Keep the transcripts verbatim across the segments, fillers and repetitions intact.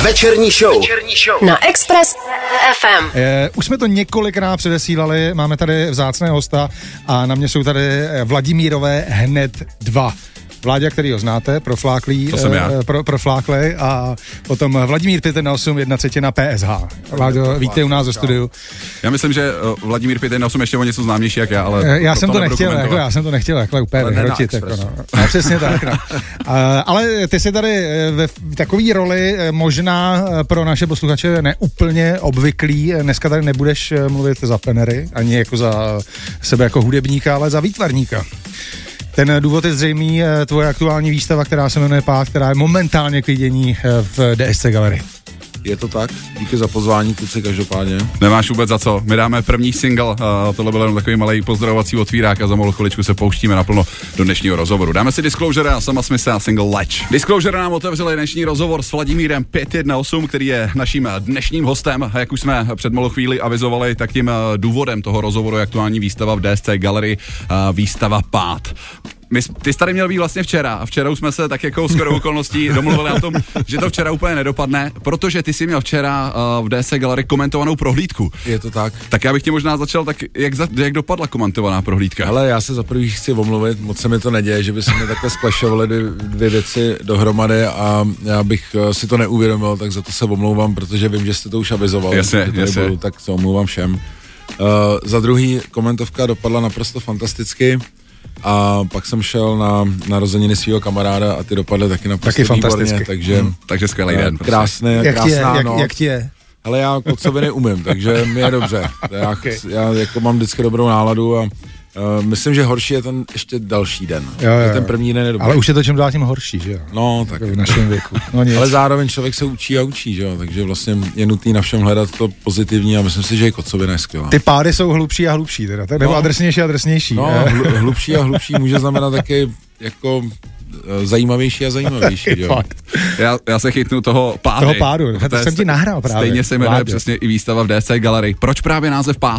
Večerní show. Večerní show Na Express ef em. Eh, už jsme to několikrát předesílali, máme tady vzácné hosta a na mě jsou tady Vladimírové hned dva. Vláďa, který ho znáte, profláklý, to jsem já. Eh, pro, profláklej a potom Vladimír pět jedna osm, jedna třetina P S H. Vláďo, vítej u nás do studiu. Já myslím, že uh, Vladimír pět jedna osm ještě o něco známější jak já, ale... Eh, já, to, jsem to to nechtěl, jako, já jsem to nechtěl takhle úplně vyhrotit. Jako, no. No, přesně tak. No. Uh, ale ty jsi tady ve takové roli možná pro naše posluchače neúplně obvyklý. Dneska tady nebudeš mluvit za plenery, ani jako za sebe jako hudebníka, ale za výtvarníka. Ten důvod je zřejmý, tvoje aktuální výstava, která se jmenuje Pád, která je momentálně k vidění v D S C Gallery. Je to tak, díky za pozvání, kluci, každopádně. Nemáš vůbec za co, my dáme první single, uh, tohle byl jen takový malý pozdravovací otvírák a za malou chviličku se pouštíme naplno do dnešního rozhovoru. Dáme si Disclosure a Sama Smitha a single Ledge. Disclosure nám otevřeli dnešní rozhovor s Vladimírem pět jedna osm, který je naším dnešním hostem. Jak už jsme před malou chvíli avizovali, tak tím důvodem toho rozhovoru je aktuální výstava v D S C Gallery, uh, výstava Pád. My, ty jsi tady měl být vlastně včera a včera už jsme se tak jako skoro okolností domluvili o tom, že to včera úplně nedopadne, protože ty jsi měl včera uh, v D S C Gallery komentovanou prohlídku. Je to tak. Tak já bych tě možná začal, tak jak, za, jak dopadla komentovaná prohlídka? Ale já se za prvý chci omluvit, moc se mi to neděje, že by se mi takhle sklašovaly dvě, dvě věci dohromady a já bych uh, si to neuvědomil, tak za to se omlouvám, protože vím, že jste to už avizovali. Jasně, jasně. Budu, tak se omlouvám všem. Uh, za druhý, komentovka dopadla naprosto fantasticky. A pak jsem šel na narozeniny svého kamaráda a ty dopadly taky naprosto výborně, takže, hmm, takže skvělý den. Krásné, jak krásná je, jak, noc. jak ti je? Ale já kocoviny umím, takže mi je dobře. Já, okay. já jako mám vždycky dobrou náladu a uh, myslím, že horší je ten ještě další den. Jo, jo. Ten první den je dobrý. Ale už je to čím dál tím horší, že jo? No, tak. V našem věku. No, ale zároveň člověk se učí a učí, že jo? Takže vlastně je nutný na všem hledat to pozitivní a myslím si, že i kocovina je skvělá. Ty pády jsou hlubší a hlubší, teda, nebo no, adresnější a adresnější. No, hl- hlubší a hlubší může znamenat taky jako zajímavější a zajímavější, jo. Já, já se chytnu toho pády. Toho pádu, to, to jsem ti nahrál právě. Stejně se jmenuje přesně i výstava v D S C Gallery. Proč právě název Pád?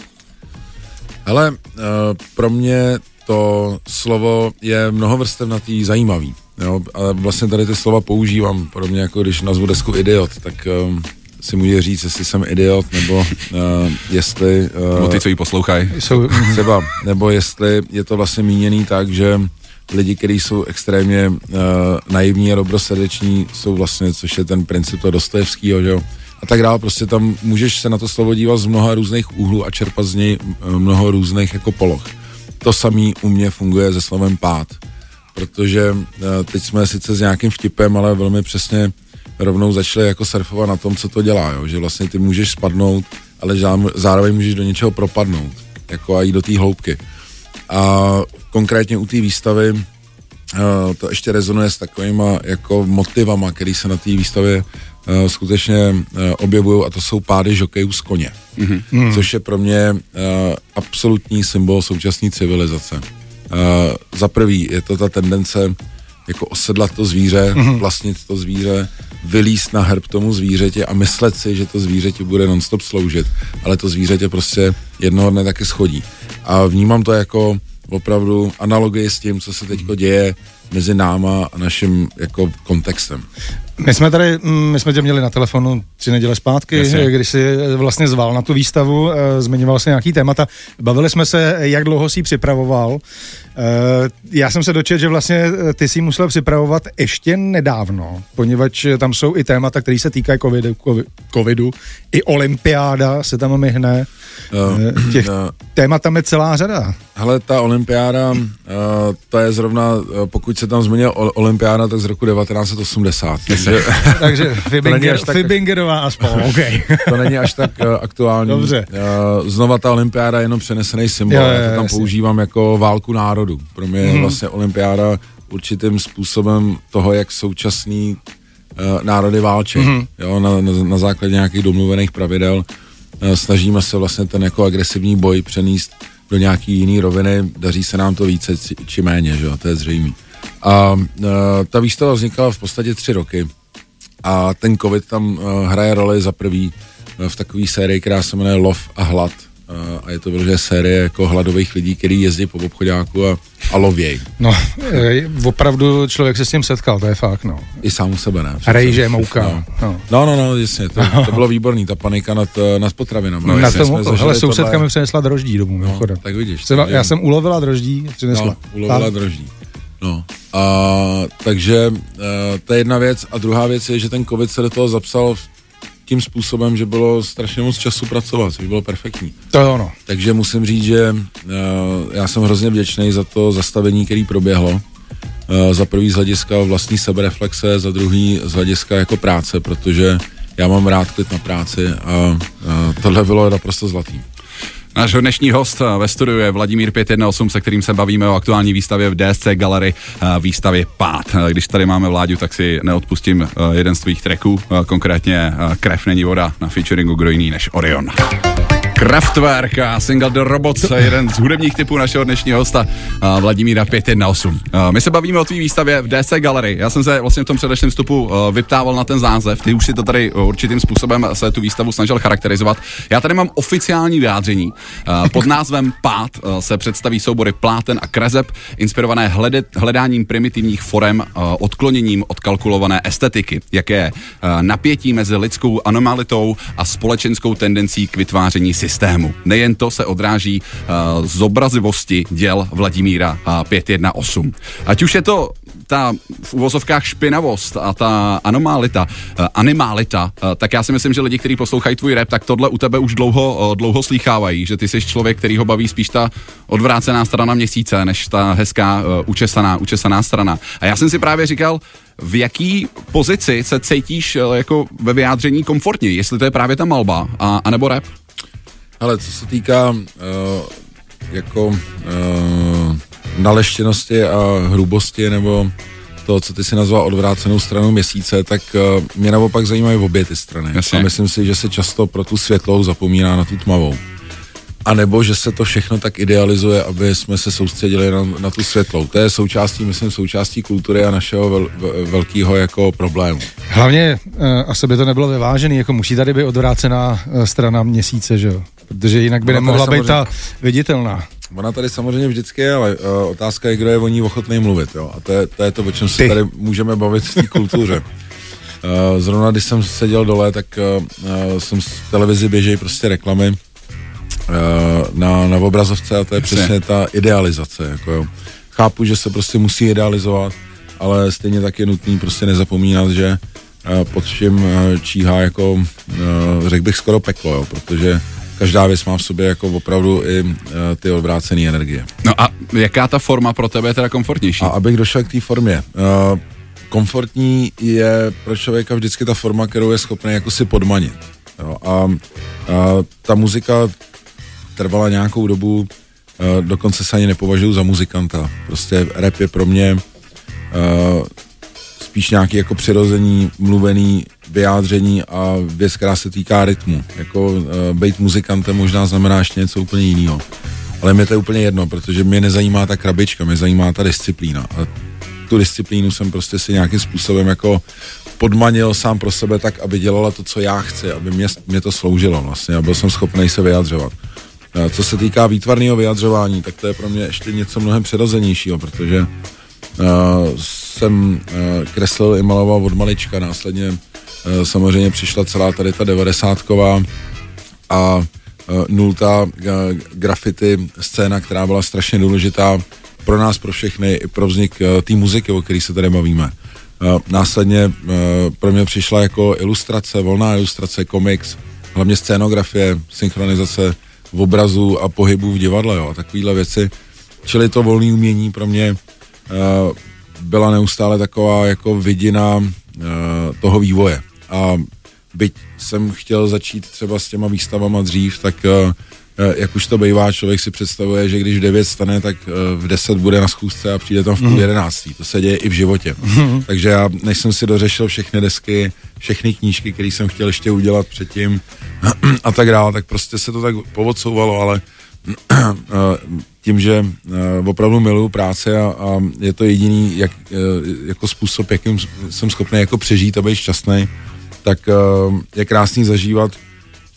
Hele, uh, pro mě to slovo je mnohovrstevnatý, zajímavý, jo, ale vlastně tady ty slova používám, podobně jako když nazvu desku Idiot, tak um, si může říct, jestli jsem idiot, nebo uh, jestli... Uh, nebo ty, co jí poslouchají. Třeba, nebo jestli je to vlastně míněný tak, že lidi, kteří jsou extrémně uh, naivní a dobrosrdeční, jsou vlastně, což je ten princip toho Dostojevskýho, že jo, a tak dále, prostě tam můžeš se na to slovo dívat z mnoha různých úhlů a čerpat z něj mnoho různých jako poloh. To samý u mě funguje se slovem pád, protože uh, teď jsme sice s nějakým vtipem, ale velmi přesně rovnou začali jako surfovat na tom, co to dělá, jo? Že vlastně ty můžeš spadnout, ale zároveň můžeš do něčeho propadnout, jako a jít do té hloubky. A konkrétně u té výstavy uh, to ještě rezonuje s takovýma jako motivama, který se na té výstavě uh, skutečně uh, objevují, a to jsou pády žokejů z koně, mm-hmm. což je pro mě uh, absolutní symbol současné civilizace. Uh, za prvý je to ta tendence jako osedlat to zvíře, mm-hmm. vlastnit to zvíře, vylíst na hrb tomu zvířeti a myslet si, že to zvířeti bude non-stop sloužit, ale to zvířeti prostě jednoho dne taky schodí. A vnímám to jako opravdu analogii s tím, co se teďko děje mezi náma a naším jako kontextem. My jsme tady, my jsme tě měli na telefonu tři neděle zpátky, Jasně. když jsi vlastně zval na tu výstavu, zmiňoval jsi nějaký témata, bavili jsme se, jak dlouho jsi ji připravoval. Já jsem se dočetl, že vlastně ty jsi musel připravovat ještě nedávno, poněvadž tam jsou i témata, které se týkají covidu, covidu, i olympiáda se tam myhne. Uh, Těch uh, témat tam je celá řada. Hele, ta olympiáda, uh, to je zrovna, pokud se tam změnil olympiáda, tak z roku devatenáct set osmdesát. Takže, takže Fibinger, tak, Fibingerová a spol, okay. To není až tak uh, aktuální. Dobře. Uh, znova ta olympiáda je jenom přenesený symbol, jo, já to tam jasně. používám jako válku národů. Pro mě je hmm. vlastně olympiáda určitým způsobem toho, jak současný uh, národy válčí, hmm. jo, na, na, na základě nějakých domluvených pravidel. Snažíme se vlastně ten jako agresivní boj přenést do nějaký jiný roviny, daří se nám to více či méně, že jo, to je zřejmý. A, a ta výstava vznikala v podstatě tři roky a ten covid tam hraje roli za prvý v takové sérii, která se jmenuje Lov a hlad. a je to protože série jako hladových lidí, kteří jezdí po obchodáku a, a lověj. No, e, opravdu člověk se s tím setkal, to je fakt, no. I sám u sebe, ne? Rejže, mouka. No, no, no, no, no jasně, to, to bylo výborný, ta panika nad, nad potravinami. No, na tom, hele, sousedka mi přinesla droždí domů, no, mimochodem. Tak vidíš. Třeba, já jsem ulovila droždí, přinesla. No, ulovila a... droždí. No, a, takže uh, to je jedna věc a druhá věc je, že ten covid se do toho zapsal tím způsobem, že bylo strašně moc času pracovat, což bylo perfektní. To je ono. Takže musím říct, že uh, já jsem hrozně vděčný za to zastavení, který proběhlo. Uh, za prvý z hlediska vlastní sebereflexe, za druhý z hlediska jako práce, protože já mám rád klid na práci a uh, tohle bylo naprosto zlatý. Náš dnešní host ve studiu je Vladimír pět jedna osm, se kterým se bavíme o aktuální výstavě v D S C Gallery, výstavě Pád. Když tady máme Vláďu, tak si neodpustím jeden z tvých tracků, konkrétně Krev není voda na featuringu kdo jiný než Orion. Kraftwerk a single The Robots, jeden z hudebních typů našeho dnešního hosta Vladimíra pět jedna osm. My se bavíme o tvý výstavě v D S C Gallery. Já jsem se vlastně v tom předešlém vstupu vyptával na ten název. Ty už si to tady určitým způsobem se tu výstavu snažil charakterizovat. Já tady mám oficiální vyjádření. Pod názvem Pád se představí soubory pláten a kreseb, inspirované hledet, hledáním primitivních forem, odkloněním od kalkulované estetiky, jaké napětí mezi lidskou anomalitou a společenskou tendencí k vytváření systému. Nejen to se odráží uh, z obrazivosti děl Vladimíra uh, pět jedna osm. Ať už je to ta v uvozovkách špinavost a ta anomalita, uh, animálita, uh, tak já si myslím, že lidi, kteří poslouchají tvůj rap, tak tohle u tebe už dlouho, uh, dlouho slýchávají, že ty jsi člověk, který ho baví spíš ta odvrácená strana měsíce, než ta hezká, uh, učesaná, učesaná strana. A já jsem si právě říkal, v jaký pozici se cítíš uh, jako ve vyjádření komfortně, jestli to je právě ta malba, a, anebo rap? Ale co se týká uh, jako uh, naleštěnosti a hrubosti nebo to, co ty si nazval odvrácenou stranou měsíce, tak uh, mě naopak zajímají obě ty strany. Jasně. A myslím si, že se často pro tu světlou zapomíná na tu tmavou. A nebo, že se to všechno tak idealizuje, aby jsme se soustředili na, na tu světlou. To je součástí, myslím, součástí kultury a našeho vel, velkého jako problému. Hlavně uh, asi by to nebylo vyvážený, jako musí tady být odvrácená uh, strana měsíce, že jo? Protože jinak by ona nemohla být ta viditelná. Ona tady samozřejmě vždycky je, ale uh, otázka je, kdo je o ní ochotný mluvit, jo? A to je, to je to, o čem se tady můžeme bavit v té kultuře. Uh, zrovna, když jsem seděl dole, tak uh, uh, jsem v televizi běžejí prostě reklamy Na, na obrazovce a to je přesně ta idealizace. Jako jo. Chápu, že se prostě musí idealizovat, ale stejně tak je nutný prostě nezapomínat, že pod vším číhá jako, řekl bych, skoro peklo, jo, protože každá věc má v sobě jako opravdu i ty odvrácené energie. No a jaká ta forma pro tebe je teda komfortnější? A abych došel k té formě. Komfortní je pro člověka vždycky ta forma, kterou je schopný jako si podmanit. Jo. A, a ta muzika trvala nějakou dobu, uh, dokonce se ani nepovažuji za muzikanta. Prostě rap je pro mě uh, spíš nějaký jako přirození, mluvený vyjádření a věc, která se týká rytmu. Jako uh, být muzikantem možná znamená ještě něco úplně jiného. Ale mě to je úplně jedno, protože mě nezajímá ta krabička, mě zajímá ta disciplína. A tu disciplínu jsem prostě si nějakým způsobem jako podmanil sám pro sebe tak, aby dělala to, co já chci, aby mě, mě to sloužilo vlastně a byl jsem schopný se vyjadřovat. Co se týká výtvarného vyjadřování, tak to je pro mě ještě něco mnohem přirozenějšího, protože uh, jsem uh, kreslil i maloval od malička, následně uh, samozřejmě přišla celá tady ta devadesátková a uh, nultá uh, graffiti scéna, která byla strašně důležitá pro nás, pro všechny, i pro vznik uh, té muziky, o které se tady bavíme. Uh, následně uh, pro mě přišla jako ilustrace, volná ilustrace, komiks, hlavně scénografie, synchronizace v obrazu a pohybu v divadle, jo, a takovýhle věci. Čili to volné umění pro mě uh, byla neustále taková jako vidina uh, toho vývoje. A byť jsem chtěl začít třeba s těma výstavama dřív, tak uh, jak už to bývá, člověk si představuje, že když v devět stane, tak v deset bude na schůzce a přijde tam v půl jedenáctý. To se děje i v životě. Takže já, než jsem si dořešil všechny desky, všechny knížky, které jsem chtěl ještě udělat předtím a tak dále, tak prostě se to tak povodcouvalo, ale tím, že opravdu miluju práci a, a je to jediný jak, jako způsob, jakým jsem schopný jako přežít a být šťastný, tak je krásný zažívat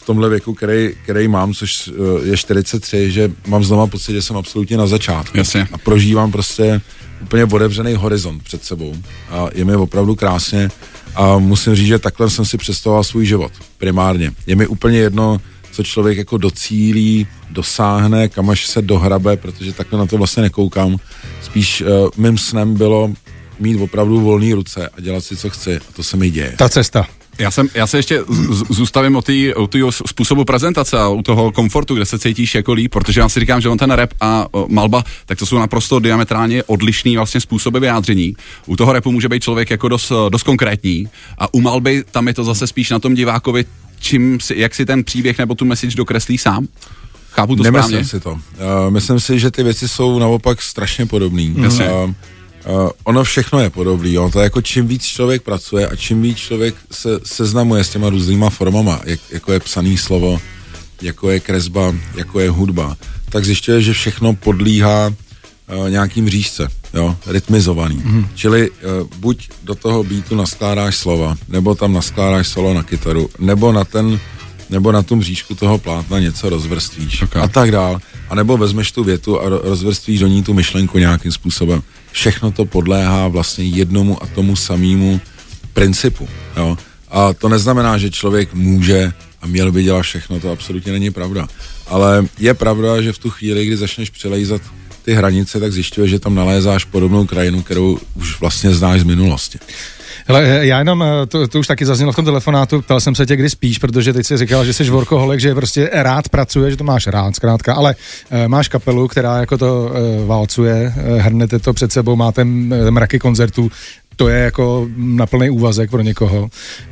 v tomhle věku, který, který mám, což je čtyřicet tři, že mám znova pocit, že jsem absolutně na začátku. Jasně. A prožívám prostě úplně otevřený horizont před sebou. A je mi opravdu krásně a musím říct, že takhle jsem si představoval svůj život primárně. Je mi úplně jedno, co člověk jako docílí, dosáhne, kam až se dohrabe, protože takhle na to vlastně nekoukám. Spíš uh, mým snem bylo mít opravdu volné ruce a dělat si, co chci. A to se mi děje. Ta cesta. Já, jsem, já se ještě z, zůstavím o toho způsobu prezentace a u toho komfortu, kde se cítíš jako líp, protože já si říkám, že on ten rap a o, malba, tak to jsou naprosto diametrálně odlišný vlastně způsoby vyjádření. U toho rapu může být člověk jako dost, dost konkrétní a u malby tam je to zase spíš na tom divákovi, čím si, jak si ten příběh nebo tu message dokreslí sám. Chápu to Nemyslím správně? si to. Uh, myslím si, že ty věci jsou naopak strašně podobný. Jasně. Uh, Uh, ono všechno je podobný, jo. To je jako čím víc člověk pracuje a čím víc člověk se seznamuje s těma různýma formama, jak, jako je psaný slovo, jako je kresba, jako je hudba, tak zjišťuje, že všechno podlíhá uh, nějakým říšce, jo, rytmizovaný. Mm. Čili uh, buď do toho beatu naskládáš slova, nebo tam naskládáš solo na kytaru, nebo na ten nebo na tom mřížku toho plátna něco rozvrstvíš okay. a tak dál. A nebo vezmeš tu větu a rozvrstvíš do ní tu myšlenku nějakým způsobem. Všechno to podléhá vlastně jednomu a tomu samému principu. Jo? A to neznamená, že člověk může a měl by dělat všechno, to absolutně není pravda. Ale je pravda, že v tu chvíli, kdy začneš přelejzat ty hranice, tak zjišťuješ, že tam nalézáš podobnou krajinu, kterou už vlastně znáš z minulosti. Hele, já jenom, to, to už taky zaznělo v tom telefonátu, ptal jsem se tě, kdy spíš, protože teď jsi říkal, že jsi workoholik, že prostě rád pracuje, že to máš rád zkrátka, ale e, máš kapelu, která jako to e, válcuje, e, hrnete to před sebou, máte mraky koncertů, to je jako na plný úvazek pro někoho.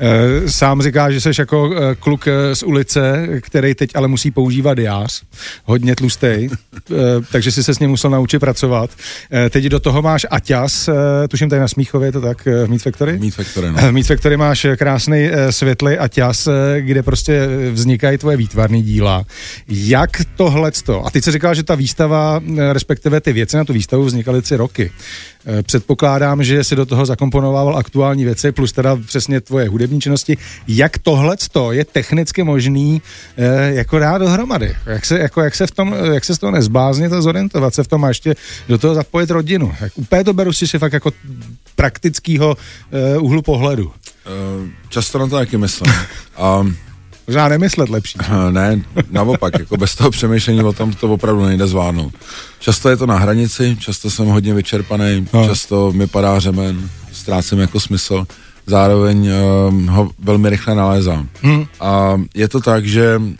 E, sám říká, že jsi jako e, kluk z ulice, který teď ale musí používat diář, hodně tlustej, e, takže si se s ním musel naučit pracovat. E, teď do toho máš Aťas, e, tuším tady na Smíchově, je to tak, v Meat Factory? Meat Factory, no. V Meat Factory máš krásný e, světlý Aťas, e, kde prostě vznikají tvoje výtvarný díla. Jak tohleto? A teď jsi říkal, že ta výstava, e, respektive ty věci na tu výstavu vznikaly tři roky. E, předpokládám, že si do toho zakomponoval aktuální věci, plus teda přesně tvoje hudební činnosti. Jak tohleto je technicky možný e, jako dát dohromady? Jak se, jako, jak se v tom, jak se z toho nezbláznit a zorientovat se v tom a ještě do toho zapojit rodinu? Jak, úplně to beru si si fakt jako praktického e, úhlu pohledu. Uh, často na to taky myslím. A možná nemyslet lepší. Ne, naopak, jako bez toho přemýšlení o tom to opravdu nejde zvládnout. Často je to na hranici, často jsem hodně vyčerpaný, no. Často mi padá řemen, ztrácím jako smysl, zároveň uh, ho velmi rychle nalézám. Hmm. A je to tak, že uh,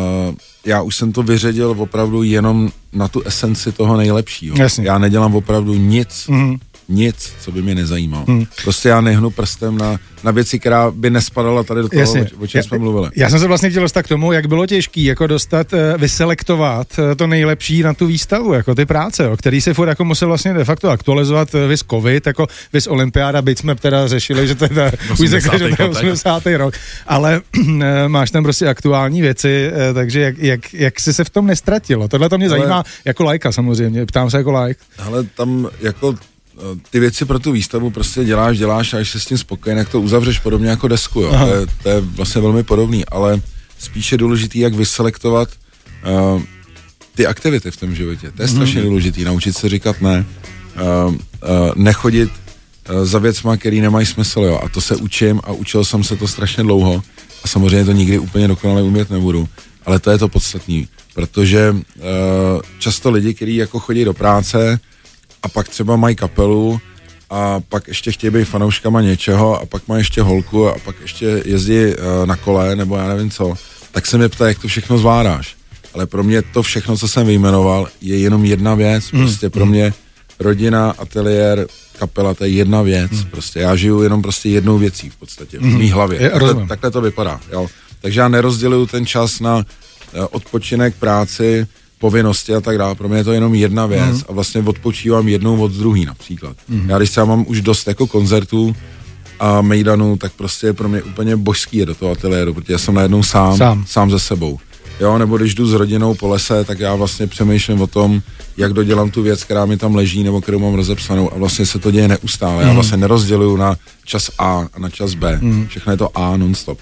já už jsem to vyředil opravdu jenom na tu esenci toho nejlepšího. Jasně. Já nedělám opravdu nic, hmm. nic, co by mě nezajímalo. Hmm. Prostě já nehnu prstem na, na věci, která by nespadala tady do toho, Jasně. o čem já, jsme mluvili. Já jsem se vlastně chtěl dostat k tomu, jak bylo těžký jako dostat, vyselektovat to nejlepší na tu výstavu, jako ty práce, jo, který se furt jako musel vlastně de facto aktualizovat, vys covid, jako vys olympiáda, byť jsme teda řešili, že to je už řekli, že to je osmdesátý rok, ale máš tam prostě aktuální věci, takže jak, jak, jak jsi se v tom nestratilo? Tohle to mě ale, zajímá jako lajka samozřejmě, ptám se jako lajk. Ale tam jako ty věci pro tu výstavu prostě děláš, děláš a až se s tím spokojen, jak to uzavřeš podobně jako desku, jo. To je, to je vlastně velmi podobný, ale spíše důležitý, jak vyselektovat uh, ty aktivity v tom životě. To je strašně mm. důležitý, naučit se říkat ne, uh, uh, nechodit uh, za věcma, který nemají smysl, jo. A to se učím a učil jsem se to strašně dlouho a samozřejmě to nikdy úplně dokonale umět nebudu, ale to je to podstatný, protože uh, často lidi, kteří jako chodí do práce a pak třeba mají kapelu a pak ještě chtějí být fanouškama něčeho a pak mají ještě holku a pak ještě jezdí uh, na kole nebo já nevím co, tak se mě ptá, jak to všechno zvládáš. Ale pro mě to všechno, co jsem vyjmenoval, je jenom jedna věc. Prostě pro mě rodina, ateliér, kapela, to je jedna věc. Prostě já žiju jenom prostě jednou věcí v podstatě, v mý hlavě. Je, takhle, takhle to vypadá. Jo. Takže já nerozděluju ten čas na uh, odpočinek, práci, povinnosti a tak dále. Pro mě je to jenom jedna věc mm. a vlastně odpočívám jednou od druhý například. Mm. Já když třeba mám už dost jako koncertů a mejdanů, tak prostě je pro mě úplně božský je do toho ateliéru, protože já jsem najednou sám, sám, sám ze sebou. Jo, nebo když jdu s rodinou po lese, tak já vlastně přemýšlím o tom, jak dodělám tu věc, která mi tam leží nebo kterou mám rozepsanou a vlastně se to děje neustále. Mm. Já vlastně nerozděluju na čas A a na čas B. Mm. Všechno je to A non-stop.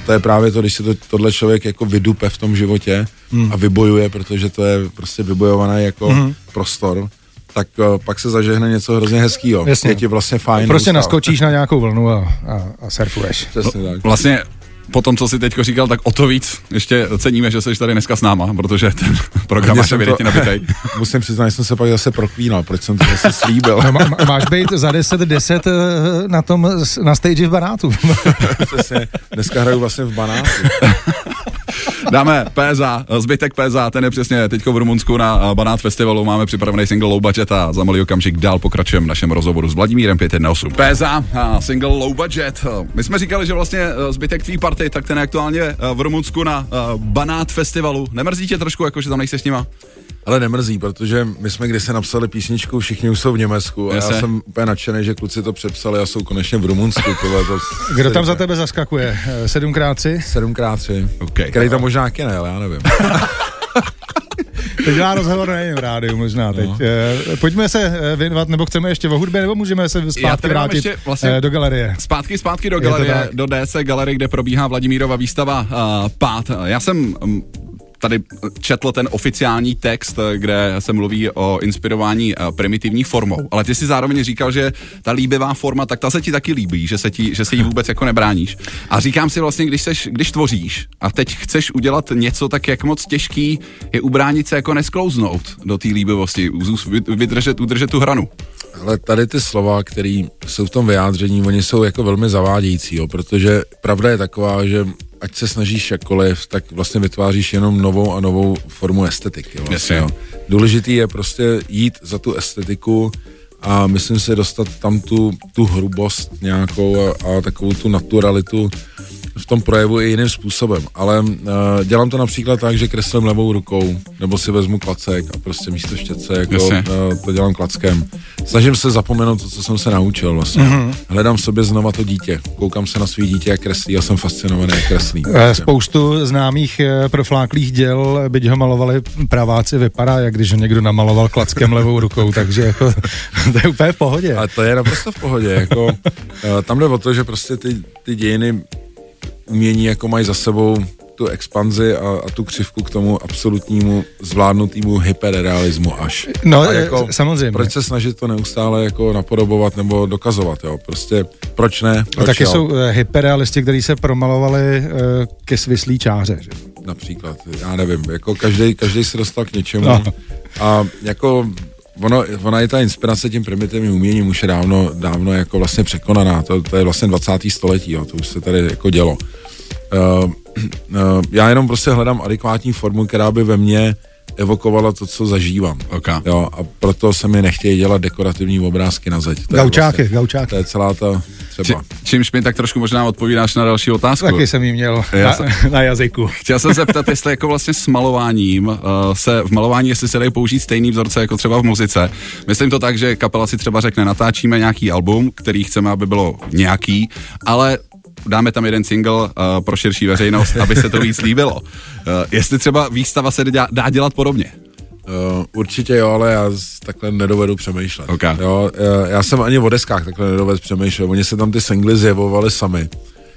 to je právě to, když si to, tohle člověk jako vydupe v tom životě hmm. a vybojuje, protože to je prostě vybojovaný jako hmm. prostor, tak uh, pak se zažehne něco hrozně hezkýho. Je ti vlastně fajn. Prostě naskočíš na nějakou vlnu a, a, a surfuješ. Přesně tak. Vlastně po tom, co jsi teďko říkal, tak o to víc ještě ceníme, že jsi tady dneska s náma, protože ten program máš evidentně nabitej. Musím přiznat, že jsem se pak zase proklínal, proč jsem to zase slíbil. No, má, máš být za deset deset na tom, na stage v Banátu. Přesně, dneska hraju vlastně v Banátu. Dáme P S A, zbytek P S A, ten je přesně teďko v Rumunsku na Banát festivalu, máme připravený single Low Budget a za malý okamžik dál pokračujeme v našem rozhovoru s Vladimírem pět jedna osm. P S A a single Low Budget. My jsme říkali, že vlastně zbytek tvý party, tak ten je aktuálně v Rumunsku na Banát festivalu. Nemrzí tě trošku, jako že tam nejseš s nima? Ale nemrzí, protože my jsme kdysi napsali písničku, všichni už jsou v Německu a já jsem úplně nadšený, že kluci to přepsali a jsou konečně v Rumunsku. Tohle to Kdo tam za tebe zaskakuje? sedm krát tři? sedm krát tři. Okay. Který tam možná kine, ale já nevím. Teď dělá rozhovor na jiném rádiu možná teď. No. Pojďme se věnovat, nebo chceme ještě o hudbě, nebo můžeme se zpátky vrátit vlastně do galerie? Zpátky, zpátky do galerie, do D C galerie, kde probíhá Vladimírova výstava uh, Pád. Já jsem um, tady četl ten oficiální text, kde se mluví o inspirování primitivní formou, ale ty si zároveň říkal, že ta líbivá forma, tak ta se ti taky líbí, že se, ti, že se jí vůbec jako nebráníš. A říkám si vlastně, když, seš, když tvoříš a teď chceš udělat něco, tak jak moc těžký je ubránit se jako nesklouznout do té líbivosti, vydržet, udržet tu hranu. Ale tady ty slova, které jsou v tom vyjádření, oni jsou jako velmi zavádějící, jo, protože pravda je taková, že ať se snažíš jakkoliv, tak vlastně vytváříš jenom novou a novou formu estetiky. Vlastně, jo. Důležitý je prostě jít za tu estetiku a myslím si dostat tam tu, tu hrubost nějakou a, a takovou tu naturalitu v tom projevu i jiným způsobem, ale uh, dělám to například tak, že kreslím levou rukou, nebo si vezmu klacek a prostě místo štětce, jako uh, to dělám klackem. Snažím se zapomenout to, co jsem se naučil vlastně. Mm-hmm. Hledám v sobě znova to dítě, koukám se na svý dítě, jak kreslí a jsem fascinovaný, jak kreslí. Prostě. Spoustu známých profláklých děl, byť ho malovali praváci, vypadá, jak když ho někdo namaloval klackem levou rukou, takže jako, to je úplně v pohodě. Ale to je naprosto v pohodě, jako uh, tam jde o to, že prostě ty, ty dějiny umění jako mají za sebou tu expanzi a, a tu křivku k tomu absolutnímu zvládnutýmu hyperrealismu až. No, a jako, samozřejmě. Proč se snažit to neustále jako napodobovat nebo dokazovat, jo? Prostě proč ne? Proč taky jo? jsou hyperrealisti, kteří se promalovali uh, ke svislý čáře, že? Například, já nevím, jako každej, každej se dostal k něčemu no. A jako Ono, ona je ta inspirace tím primitivním uměním už je dávno, dávno jako vlastně překonaná, to, to je vlastně dvacátého století, jo, to už se tady jako dělo. Uh, uh, já jenom prostě hledám adekvátní formu, která by ve mně evokovala to, co zažívám. Okay. Jo, a proto se mi nechtějí dělat dekorativní obrázky na zeď. To gaučáky, vlastně, gaučáky. To je celá ta třeba. Či, čímž mi tak trošku možná odpovídáš na další otázku. Taky jsem jí měl na, jsem, na jazyku. Chtěl jsem se zeptat, jestli jako vlastně s malováním, uh, se v malování, jestli se dají použít stejný vzorce jako třeba v muzice. Myslím to tak, že kapela si třeba řekne, natáčíme nějaký album, který chceme, aby bylo nějaký, ale dáme tam jeden single uh, pro širší veřejnost, aby se to víc líbilo. Uh, jestli třeba výstava se dá, dá dělat podobně? Uh, určitě jo, ale já takhle nedovedu přemýšlet. Okay. Jo, já jsem ani o deskách takhle nedovedu přemýšlet. Oni se tam ty singly zjevovali sami.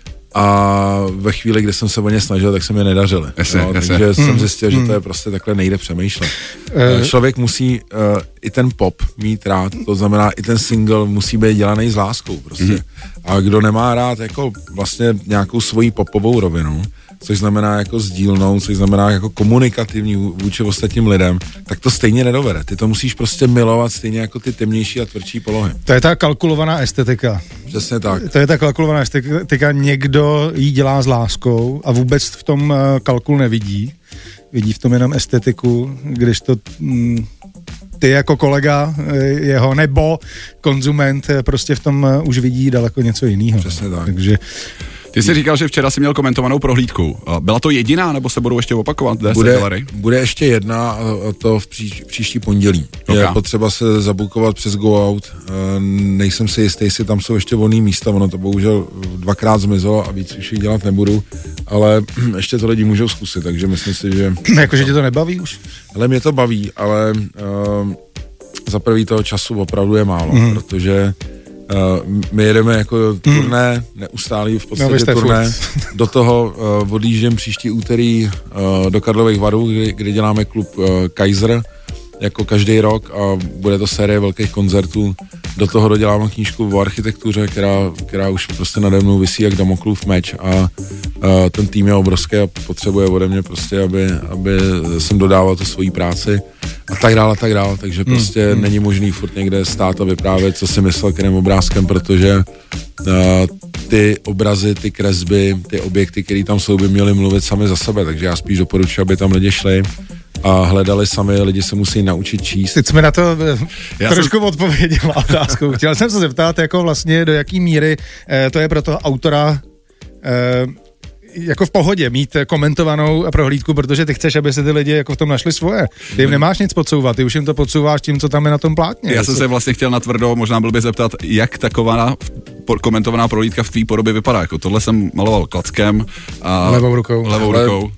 A ve chvíli, kdy jsem se o ně snažil, tak se mi nedařili. Jasně, jo, jasně. takže hmm. jsem zjistil, že hmm. to je prostě takhle nejde přemýšlet. Uh. Člověk musí uh, i ten pop mít rád, to znamená i ten single musí být dělaný s láskou prostě. Hmm. A kdo nemá rád jako vlastně nějakou svoji popovou rovinu, což znamená jako sdílnou, což znamená jako komunikativní vůči ostatním lidem, tak to stejně nedovede. Ty to musíš prostě milovat stejně jako ty temnější a tvrdší polohy. To je ta kalkulovaná estetika. Přesně tak. To je ta kalkulovaná estetika, někdo ji dělá s láskou a vůbec v tom kalkul nevidí. Vidí v tom jenom estetiku, když to mm, ty jako kolega jeho nebo konzument prostě v tom už vidí daleko něco jiného. Přesně tak. Takže ty jsi říkal, že včera jsi měl komentovanou prohlídku. Byla to jediná, nebo se budou ještě opakovat? Bude, bude ještě jedna, a to v příš, příští pondělí. Okay. Je potřeba se zabukovat přes Go Out. Nejsem si jistý, jestli tam jsou ještě volný místa, ono to bohužel dvakrát zmizelo a víc už jich dělat nebudu, ale ještě to lidi můžou zkusit, takže myslím si, že... Jakože tě to nebaví už? Ale mě to baví, ale uh, za prvý toho času opravdu je málo, mm. protože Uh, my jedeme jako turné, hmm. neustálý v podstatě no, turné. Do toho uh, odjíždím příští úterý uh, do Karlových Varů, kdy, kdy děláme klub uh, Kaiser, jako každý rok a bude to série velkých koncertů. Do toho doděláme knížku o architektuře, která, která už prostě nade mnou visí jak Damoklův meč a, a ten tým je obrovský a potřebuje ode mě prostě, aby, aby jsem dodával tu svoji práci a tak dále, a tak dále. Takže prostě hmm. není možný furt někde stát a vyprávět, co si myslel kterým obrázkem, protože uh, ty obrazy, ty kresby, ty objekty, které tam jsou, by měly mluvit sami za sebe, takže já spíš doporučuji, aby tam lidi šli a hledali sami, lidi se musí naučit číst. Teď jsme na to já trošku jsem... odpověděla otázku. Chtěl jsem se zeptat, jako vlastně do jaký míry eh, to je pro toho autora eh, jako v pohodě mít komentovanou prohlídku, protože ty chceš, aby se ty lidi jako v tom našli svoje. Ty jim nemáš nic podsouvat, ty už jim to podsouváš tím, co tam je na tom plátně. Já jsem se vlastně chtěl natvrdo, možná byl by zeptat, jak taková komentovaná prohlídka v tvý podobě vypadá. Jako tohle jsem maloval klackem a levou rukou. Levou Ale... rukou.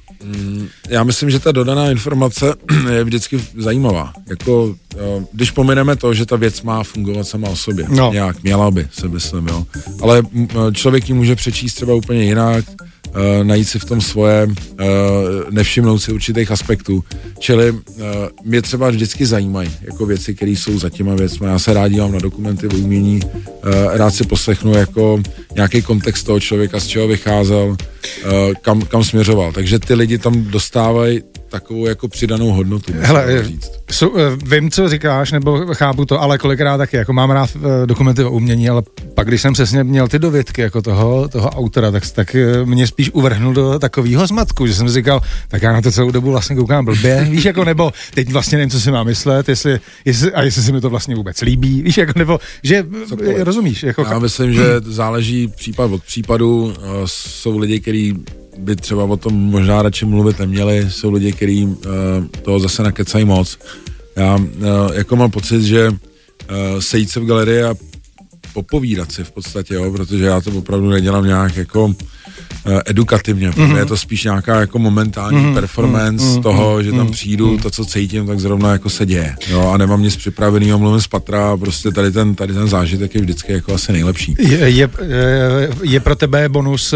Já myslím, že ta dodaná informace je vždycky zajímavá. Jako, když pomineme to, že ta věc má fungovat sama o sobě. No. Nějak, měla by, se myslím, jo. Ale člověk ji může přečíst třeba úplně jinak, najít si v tom svoje, nevšimnout si určitých aspektů. Čili mě třeba vždycky zajímají jako věci, které jsou za těma věcmi. Já se rád dívám na dokumenty o umění, rád si poslechnu jako nějaký kontext toho člověka, z čeho vycházel, kam, kam směřoval. Takže ty lidi tam dostávají takovou jako přidanou hodnotu. Hele, jsou, vím, co říkáš, nebo chápu to, ale kolikrát taky, jako mám rád dokumenty o umění, ale pak, když jsem přesně měl ty dovědky jako toho, toho autora, tak, tak mě spíš uvrhnul do takového zmatku, že jsem si říkal, tak já na to celou dobu vlastně koukám blbě, víš, jako nebo teď vlastně nevím, co si mám myslet, jestli, jestli, a jestli se mi to vlastně vůbec líbí, víš, jako nebo, že Cokoliv. Rozumíš. Jako, já myslím, že záleží případ od případu, jsou lidi, kteří by třeba o tom možná radši mluvit neměli, jsou lidi, kteří uh, toho zase nakecají moc. Já uh, jako mám pocit, že uh, sejít se v galerii a popovídat si v podstatě, jo, protože já to opravdu nedělám nějak jako uh, edukativně, mm-hmm. je to spíš nějaká jako momentální mm-hmm. performance mm-hmm. toho, že tam přijdu, to, co cítím, tak zrovna jako se děje, jo, a nemám nic připraveného, mluvím z patra a prostě tady ten, tady ten zážitek je vždycky jako asi nejlepší. Je, je, je pro tebe bonus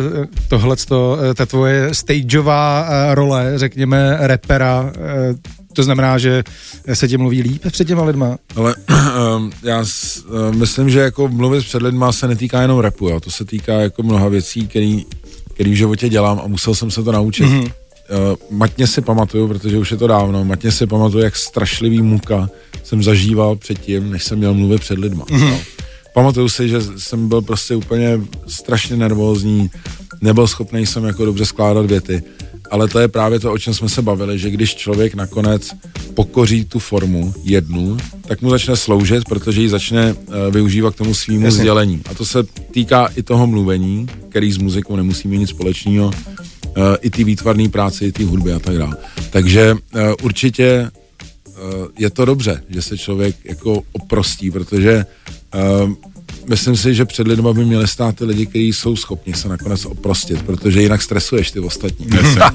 tohleto, ta tvoje stageová role, řekněme, rapera, to znamená, že se tě mluví líp před těma lidma? Ale um, já s, uh, myslím, že jako mluvit před lidma se netýká jenom rapu, jo. To se týká jako mnoha věcí, který, který v životě dělám a musel jsem se to naučit. Mm-hmm. Uh, matně si pamatuju, protože už je to dávno, matně si pamatuju, jak strašlivý muka jsem zažíval předtím, než jsem měl mluvit před lidma. Mm-hmm. Jo. Pamatuju si, že jsem byl prostě úplně strašně nervózní, nebyl schopný jsem jako dobře skládat věty. Ale to je právě to, o čem jsme se bavili, že když člověk nakonec pokoří tu formu jednu, tak mu začne sloužit, protože ji začne uh, využívat k tomu svýmu Jasně. sdělení. A to se týká i toho mluvení, který s muzikou nemusí mít nic společného, uh, i ty výtvarné práce, i ty hudby a tak dále. Takže uh, určitě uh, je to dobře, že se člověk jako oprostí, protože uh, myslím si, že před lidma by měli stát ty lidi, kteří jsou schopni se nakonec oprostit, protože jinak stresuješ ty ostatní.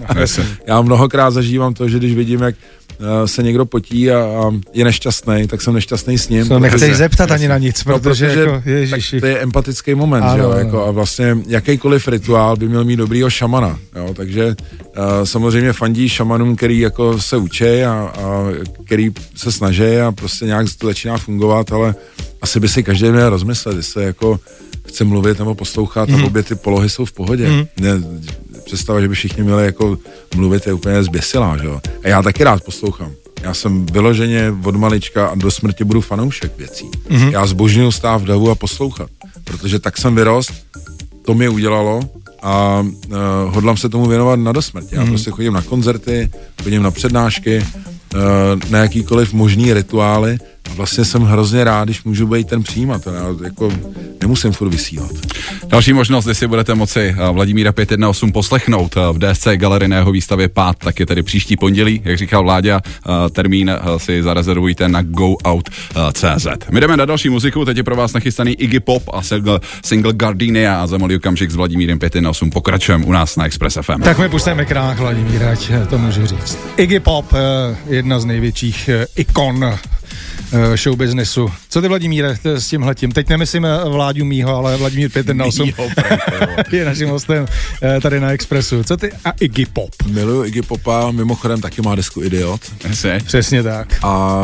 Já mnohokrát zažívám to, že když vidím, jak uh, se někdo potí a, a je nešťastný, tak jsem nešťastný s ním. To nechceš zeptat ani na nic, protože, no, protože jako, tak to je empatický moment, ano, že jo, jako, a vlastně jakýkoliv rituál by měl mít dobrýho šamana, jo, takže uh, samozřejmě fandí šamanům, který jako se učí a, a který se snaží a prostě nějak to začíná fungovat, ale asi by si každý měl rozmyslet, jestli jako chce mluvit nebo poslouchat, mm. a obě ty polohy jsou v pohodě. Mm. Ne, představa, že by všichni měli jako mluvit, je úplně zběsilá, že jo. A já taky rád poslouchám. Já jsem vyloženě od malička a do smrti budu fanoušek věcí. Mm. Já zbožňuju stát v davu a poslouchat, protože tak jsem vyrost, to mě udělalo a uh, hodlám se tomu věnovat na dosmrt. Já mm. prostě chodím na koncerty, chodím na přednášky, uh, na jakýkoliv možný rituály. A vlastně jsem hrozně rád, když můžu být ten přijímatel. Já jako nemusím furt vysílat. Další možnost, jestli budete moci Vladimíra pět jedna osm poslechnout v D S C Gallery na jeho výstavě Pád, tak je tedy příští pondělí, jak říkal Vláďa, termín si zarezervujte na go out tečka cé zet. My jdeme na další muziku, teď je pro vás nachystaný Iggy Pop a single, single Gardenia a za malý okamžik s Vladimírem pět jedna osm pokračujeme u nás na Express F M. Tak mi pustíme krák, Vladimíra, ať to můžu říct. Iggy Pop, jedna z největších ikon show businessu. Co ty, Vladimíre, s tímhletím? Teď nemyslím Vláďu mýho, ale Vladimír pět jedna osm je naším hostem tady na Expressu. Co ty? A Iggy Pop. Miluju Iggy Popa, mimochodem taky má desku Idiot. Přesně tak. A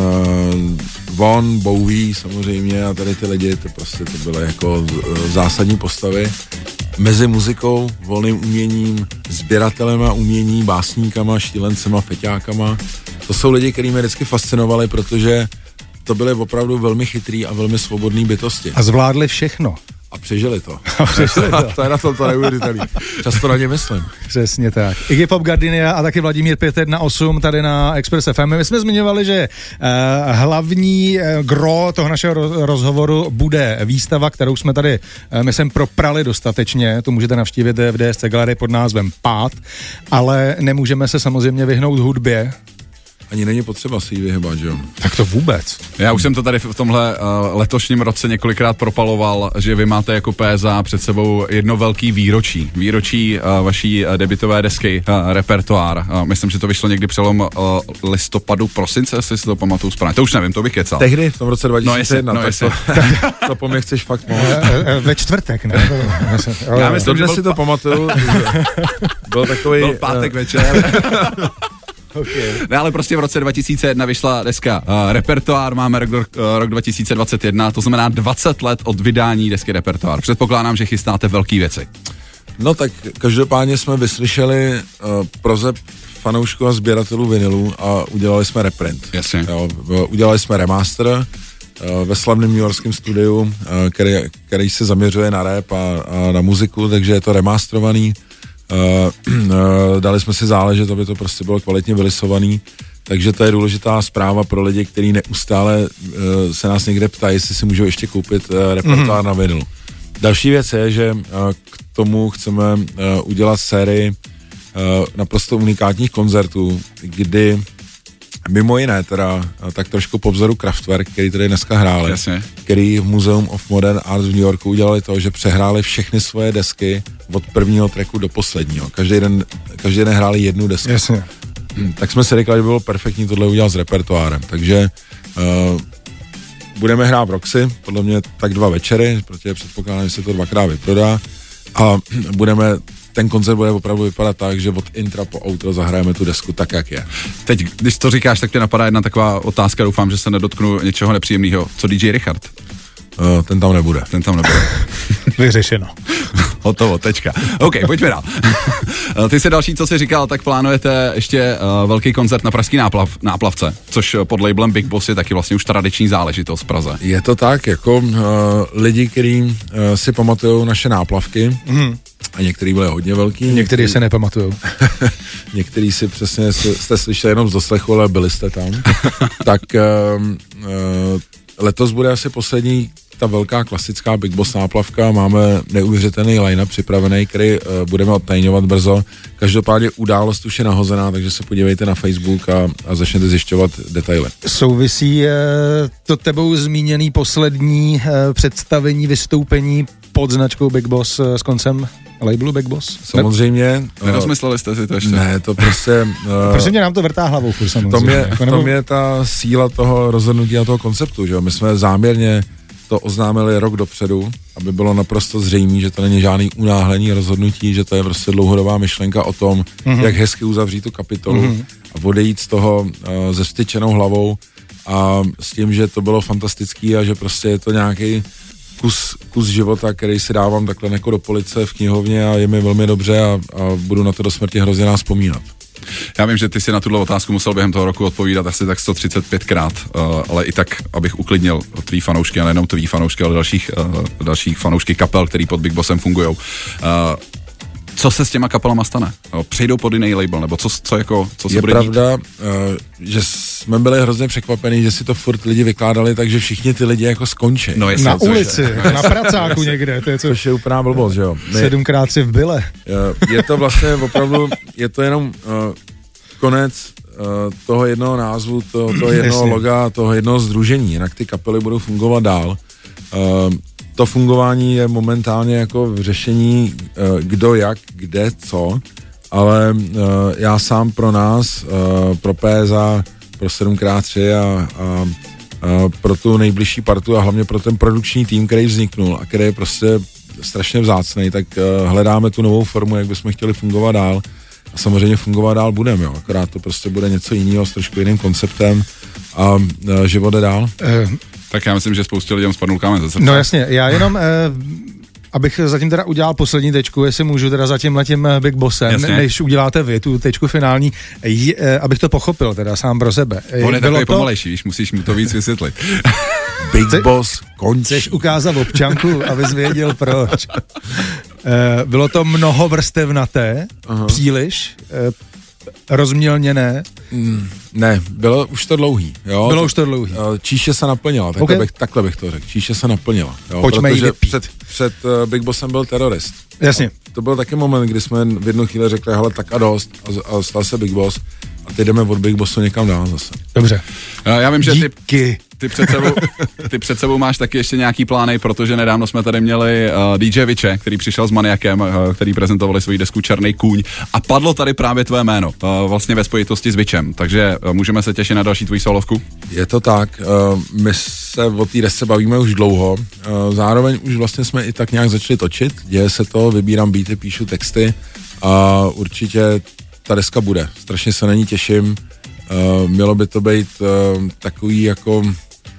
uh, Von, Bowie samozřejmě a tady ty lidi, to prostě to byly jako zásadní postavy. Mezi muzikou, volným uměním, sběratelema umění, básníkama, štílencema, feťákama. To jsou lidi, kteří mě vždycky fascinovali, protože to byly opravdu velmi chytrý a velmi svobodný bytosti. A zvládli všechno. A přežili to. A přežili to. To je na to, to neuvěřitelný. Často na ně myslím. Přesně tak. Iggy Pop, Gardenia a taky Vladimír pět jedna osm tady na Express F M. My jsme zmiňovali, že uh, hlavní uh, gro toho našeho ro- rozhovoru bude výstava, kterou jsme tady, uh, myslím, proprali dostatečně. Tu můžete navštívit v D S C Galerii pod názvem Pád, ale nemůžeme se samozřejmě vyhnout hudbě. Ani není potřeba si ji vyhybat, že jo? Tak to vůbec. Já už jsem to tady v tomhle uh, letošním roce několikrát propaloval, že vy máte jako P S A před sebou jedno velký výročí. Výročí uh, vaší uh, debutové desky uh, Repertoár. Uh, myslím, že to vyšlo někdy přelom uh, listopadu, prosince, jestli si to pamatuju správně. To už nevím, to bych kecal. Tehdy, v tom roce dva tisíce jedna. No jestli, tak no to, to po mě chceš fakt moc. Ve čtvrtek, ne? Já myslím, že si to pamatuju. Byl takový... Byl pátek uh, večer. Okay. Ne, ale prostě v roce dva tisíce jedna vyšla deska uh, Repertoár, máme rok, uh, rok dva tisíce dvacet jedna, to znamená dvacet let od vydání desky Repertoár. Předpokládám, že chystáte velký věci. No tak každopádně jsme vyslyšeli uh, prozeb fanoušků a sběratelů vinilů a udělali jsme reprint. Jasně. Jo, udělali jsme remaster uh, ve slavném newyorském studiu, uh, který, který se zaměřuje na rap a, a na muziku, takže je to remasterovaný. Uh, uh, dali jsme si záležet, aby to prostě bylo kvalitně vylisovaný, takže to je důležitá zpráva pro lidi, kteří neustále uh, se nás někde ptají, jestli si můžou ještě koupit uh, repertoár mm-hmm. na vinyl. Další věc je, že uh, k tomu chceme uh, udělat sérii uh, naprosto unikátních koncertů, kdy mimo jiné teda tak trošku po vzoru Kraftwerk, který tady dneska hráli, Jasně. který v Museum of Modern Art v New Yorku udělali to, že přehráli všechny svoje desky od prvního tracku do posledního. Každý den, každý den hráli jednu desku. Jasně. Hmm, tak jsme si řekli, že by bylo perfektní tohle udělat s repertoárem. Takže uh, budeme hrát v Roxy, podle mě tak dva večery, protože předpokládám, že se to dvakrát vyprodá a budeme ten koncert bude opravdu vypadat tak, že od intra po outro zahrajeme tu desku tak, jak je. Teď, když to říkáš, tak tě napadá jedna taková otázka, doufám, že se nedotknu něčeho nepříjemného. Co D J Richard? Uh, ten tam nebude. Ten tam nebude. Vyřešeno. Hotovo, tečka. OK, pojďme dál. Ty se další, co jsi říkal, tak plánujete ještě uh, velký koncert na pražský náplav, náplavce, což pod labelem Big Boss je taky vlastně už tradiční záležitost v Praze. Je to tak, jako uh, lidi, kteří uh, si pamatujou naše náplavky, mm. a některý byly hodně velký. Některý se nepamatujou. Některý si přesně jste slyšeli jenom z doslechu, ale byli jste tam. Tak uh, uh, letos bude asi poslední ta velká klasická Big Boss náplavka. Máme neuvěřitelný line-up připravený, který uh, budeme odtajňovat brzo. Každopádně událost už je nahozená, takže se podívejte na Facebook a, a začněte zjišťovat detaily. Souvisí uh, to tebou zmíněný poslední uh, představení, vystoupení pod značkou Big Boss uh, s koncem labelu Big Boss? Samozřejmě. Nerozmysleli jste si to ještě? Ne, to prostě... Uh, Prostě mě nám to vrtá hlavou furt samozřejmě. V tom je, v tom je ta síla toho rozhodnutí a toho konceptu, že jo? My jsme záměrně to oznámili rok dopředu, aby bylo naprosto zřejmé, že to není žádný unáhlený rozhodnutí, že to je prostě dlouhodobá myšlenka o tom, mm-hmm. jak hezky uzavřít tu kapitolu mm-hmm. a odejít z toho uh, se vztyčenou hlavou a s tím, že to bylo fantastický a že prostě je to nějaký kus, kus života, který si dávám takhle jako do police v knihovně a je mi velmi dobře a, a budu na to do smrti hrozně nás vzpomínat. Já vím, že ty si na tuhle otázku musel během toho roku odpovídat asi tak sto třicet pět krát, uh, ale i tak, abych uklidnil tvý fanoušky, a nejenom tvý fanoušky, ale dalších, uh, dalších fanoušky kapel, který pod Big Bossem fungujou. Uh, co se s těma kapelama stane? No, přejdou pod jiný label, nebo co, co, jako, co se je bude pravda, dít? Uh, že jsme byli hrozně překvapení, že si to furt lidi vykládali, takže všichni ty lidi jako skončí. No, na ulici, na pracáku někde. To je co... Což je úplná blbost, že jo. My, Sedmkrát si v byle. Uh, je to vlastně opravdu, je to jenom... Uh, konec uh, toho jednoho názvu, toho, toho jednoho loga, toho jednoho sdružení, jinak ty kapely budou fungovat dál. Uh, to fungování je momentálně jako v řešení uh, kdo, jak, kde, co, ale uh, já sám pro nás, uh, pro P S A, pro sedm krát tři a, a, uh, pro tu nejbližší partu a hlavně pro ten produkční tým, který vzniknul a který je prostě strašně vzácnej, tak uh, hledáme tu novou formu, jak bychom chtěli fungovat dál. A samozřejmě fungovat dál budeme, jo. Akorát to prostě bude něco jiného s trošku jiným konceptem a uh, život jde dál. Uh, tak já myslím, že spoustě lidem spadnul kámen ze srdce. No jasně, já jenom... Uh, abych zatím teda udělal poslední tečku, jestli můžu teda za tím letím Big Bossem, Jasně. než uděláte vy tu tečku finální, j, eh, abych to pochopil teda sám pro sebe. On je takový to... pomalejší, víš, musíš mu to víc vysvětlit. Big Chce, Boss končí. Chceš ukázat občanku, abys věděl proč. Eh, bylo to mnohovrstevnaté, Aha. příliš, eh, rozmělněné. Mm, ne, bylo už to dlouhý. Jo? Bylo to, už to dlouhý. Číše se naplnila, takhle, okay. bych, takhle bych to řekl. Číše se naplnila. Jo? Pojďme jí vypít. Před, před uh, Big Bossem byl terorist. Jasně. To byl taky moment, kdy jsme v jednu chvíli řekli, hele, tak a dost, a, a stal se Big Boss a teď jdeme od Big Bossu někam dál zase. Dobře. Já vím, že ty, Díky. ty, před sebou, ty před sebou máš taky ještě nějaký plány, protože nedávno jsme tady měli uh, D J Viče, který přišel s Maniakem, uh, který prezentovali svoji desku Černý kůň a padlo tady právě tvé jméno, uh, vlastně ve spojitosti s Vičem, takže uh, můžeme se těšit na další tvoji solovku? Je to tak, uh, my se o té desce bavíme už dlouho, uh, zároveň už vlastně jsme i tak nějak začali točit, děje se to, vybírám beaty, píšu texty a určitě ta deska bude, strašně se na ní těším. Uh, mělo by to být uh, takový jako uh,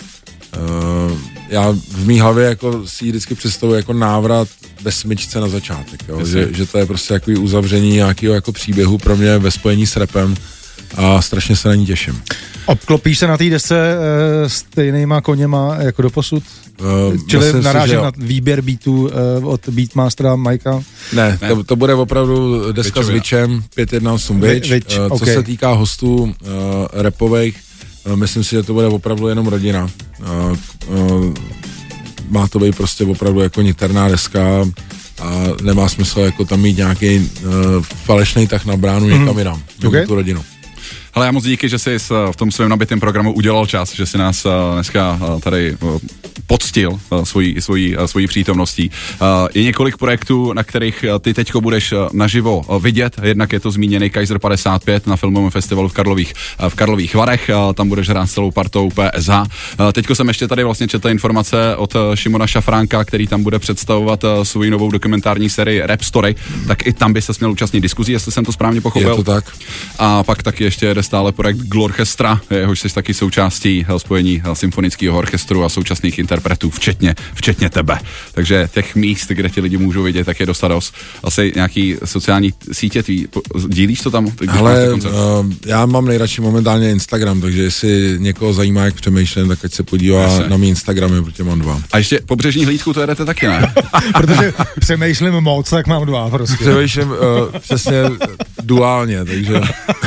já v mý hlavě jako si vždycky představuji jako návrat ve smyčce na začátek, jo? Že, že to je prostě takový uzavření nějakého jako příběhu pro mě ve spojení s rapem a strašně se na ní těším. Obklopíš se na té desce uh, stejnýma koněma jako doposud? Uh, Čili narážím na výběr beatů uh, od Beatmastera Majka? Ne, ne. To, to bude opravdu deska Vičovina. S Vičem, pět jedna osm Vič. Uh, co okay. se týká hostů uh, rapových, uh, myslím si, že to bude opravdu jenom rodina. Uh, uh, má to být prostě opravdu jako niterná deska a nemá smysl jako tam mít nějaký uh, falešný tah na bránu mm. někam jinam, okay. tu rodinu. Hele, já moc díky, že jsi v tom svém nabitém programu udělal čas, že jsi nás dneska tady poctil svojí, svojí, svojí přítomností. Je několik projektů, na kterých ty teďko budeš naživo vidět. Jednak je to zmíněný Kaiser padesát pět na filmovém festivalu v Karlových, v Karlových Varech. Tam budeš hrát s celou partou P S H. Teďko jsem ještě tady vlastně četl informace od Šimona Šafránka, který tam bude představovat svoji novou dokumentární sérii Rap Story. Tak i tam by se měl účastnit diskuzí, jestli jsem to správně pochopil. Je to tak. A pak taky ještě jede stále projekt Glorchestra, jehož jsi taky součástí spojení symfonického orchestru a současných interpretů, včetně, včetně tebe. Takže těch míst, kde ti lidi můžou vidět, tak je dost dost. Asi nějaký sociální sítě tvý, dílíš to tam? Ale uh, já mám nejradši momentálně Instagram, takže jestli někoho zajímá, jak přemýšlím, tak ať se podívá Jasně. na mý Instagramy, protože mám dva. A ještě pobřežní hlídku to jedete taky, ne? Protože přemýšlím moc, tak mám dva prostě. Přemýšlím uh, přesně duálně, takže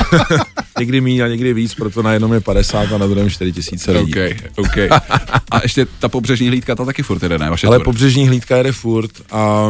někdy míň a někdy víc, proto na jednom je padesát a na druhém čtyři tisíce lidí. Okay, okay. A ještě ta pobřežní hlídka, ta taky furt jede, ne? Vaše Ale tour. pobřežní hlídka jede furt a uh,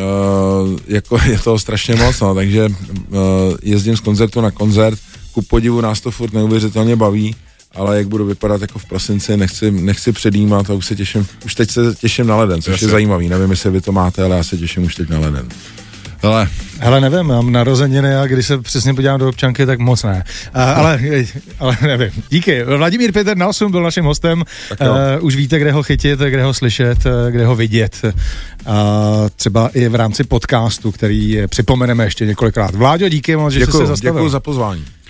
jako je to strašně moc, no, takže uh, jezdím z koncertu na koncert, ku podivu nás to furt neuvěřitelně baví, ale jak budu vypadat jako v prosinci, nechci, nechci předjímat a už se těším, už teď se těším na leden, což Jasně. je zajímavý, nevím, jestli vy to máte, ale já se těším už teď na leden. Hele. Hele, nevím, mám narozeniny a když se přesně podívám do občanky, tak moc ne. A, ale, ale nevím. Díky. Vladimír pět jedna osm byl naším hostem. Uh, už víte, kde ho chytit, kde ho slyšet, kde ho vidět. A třeba i v rámci podcastu, který připomeneme ještě několikrát. Vláďo, díky moc, že jsi se zastavil. Děkuji za pozvání.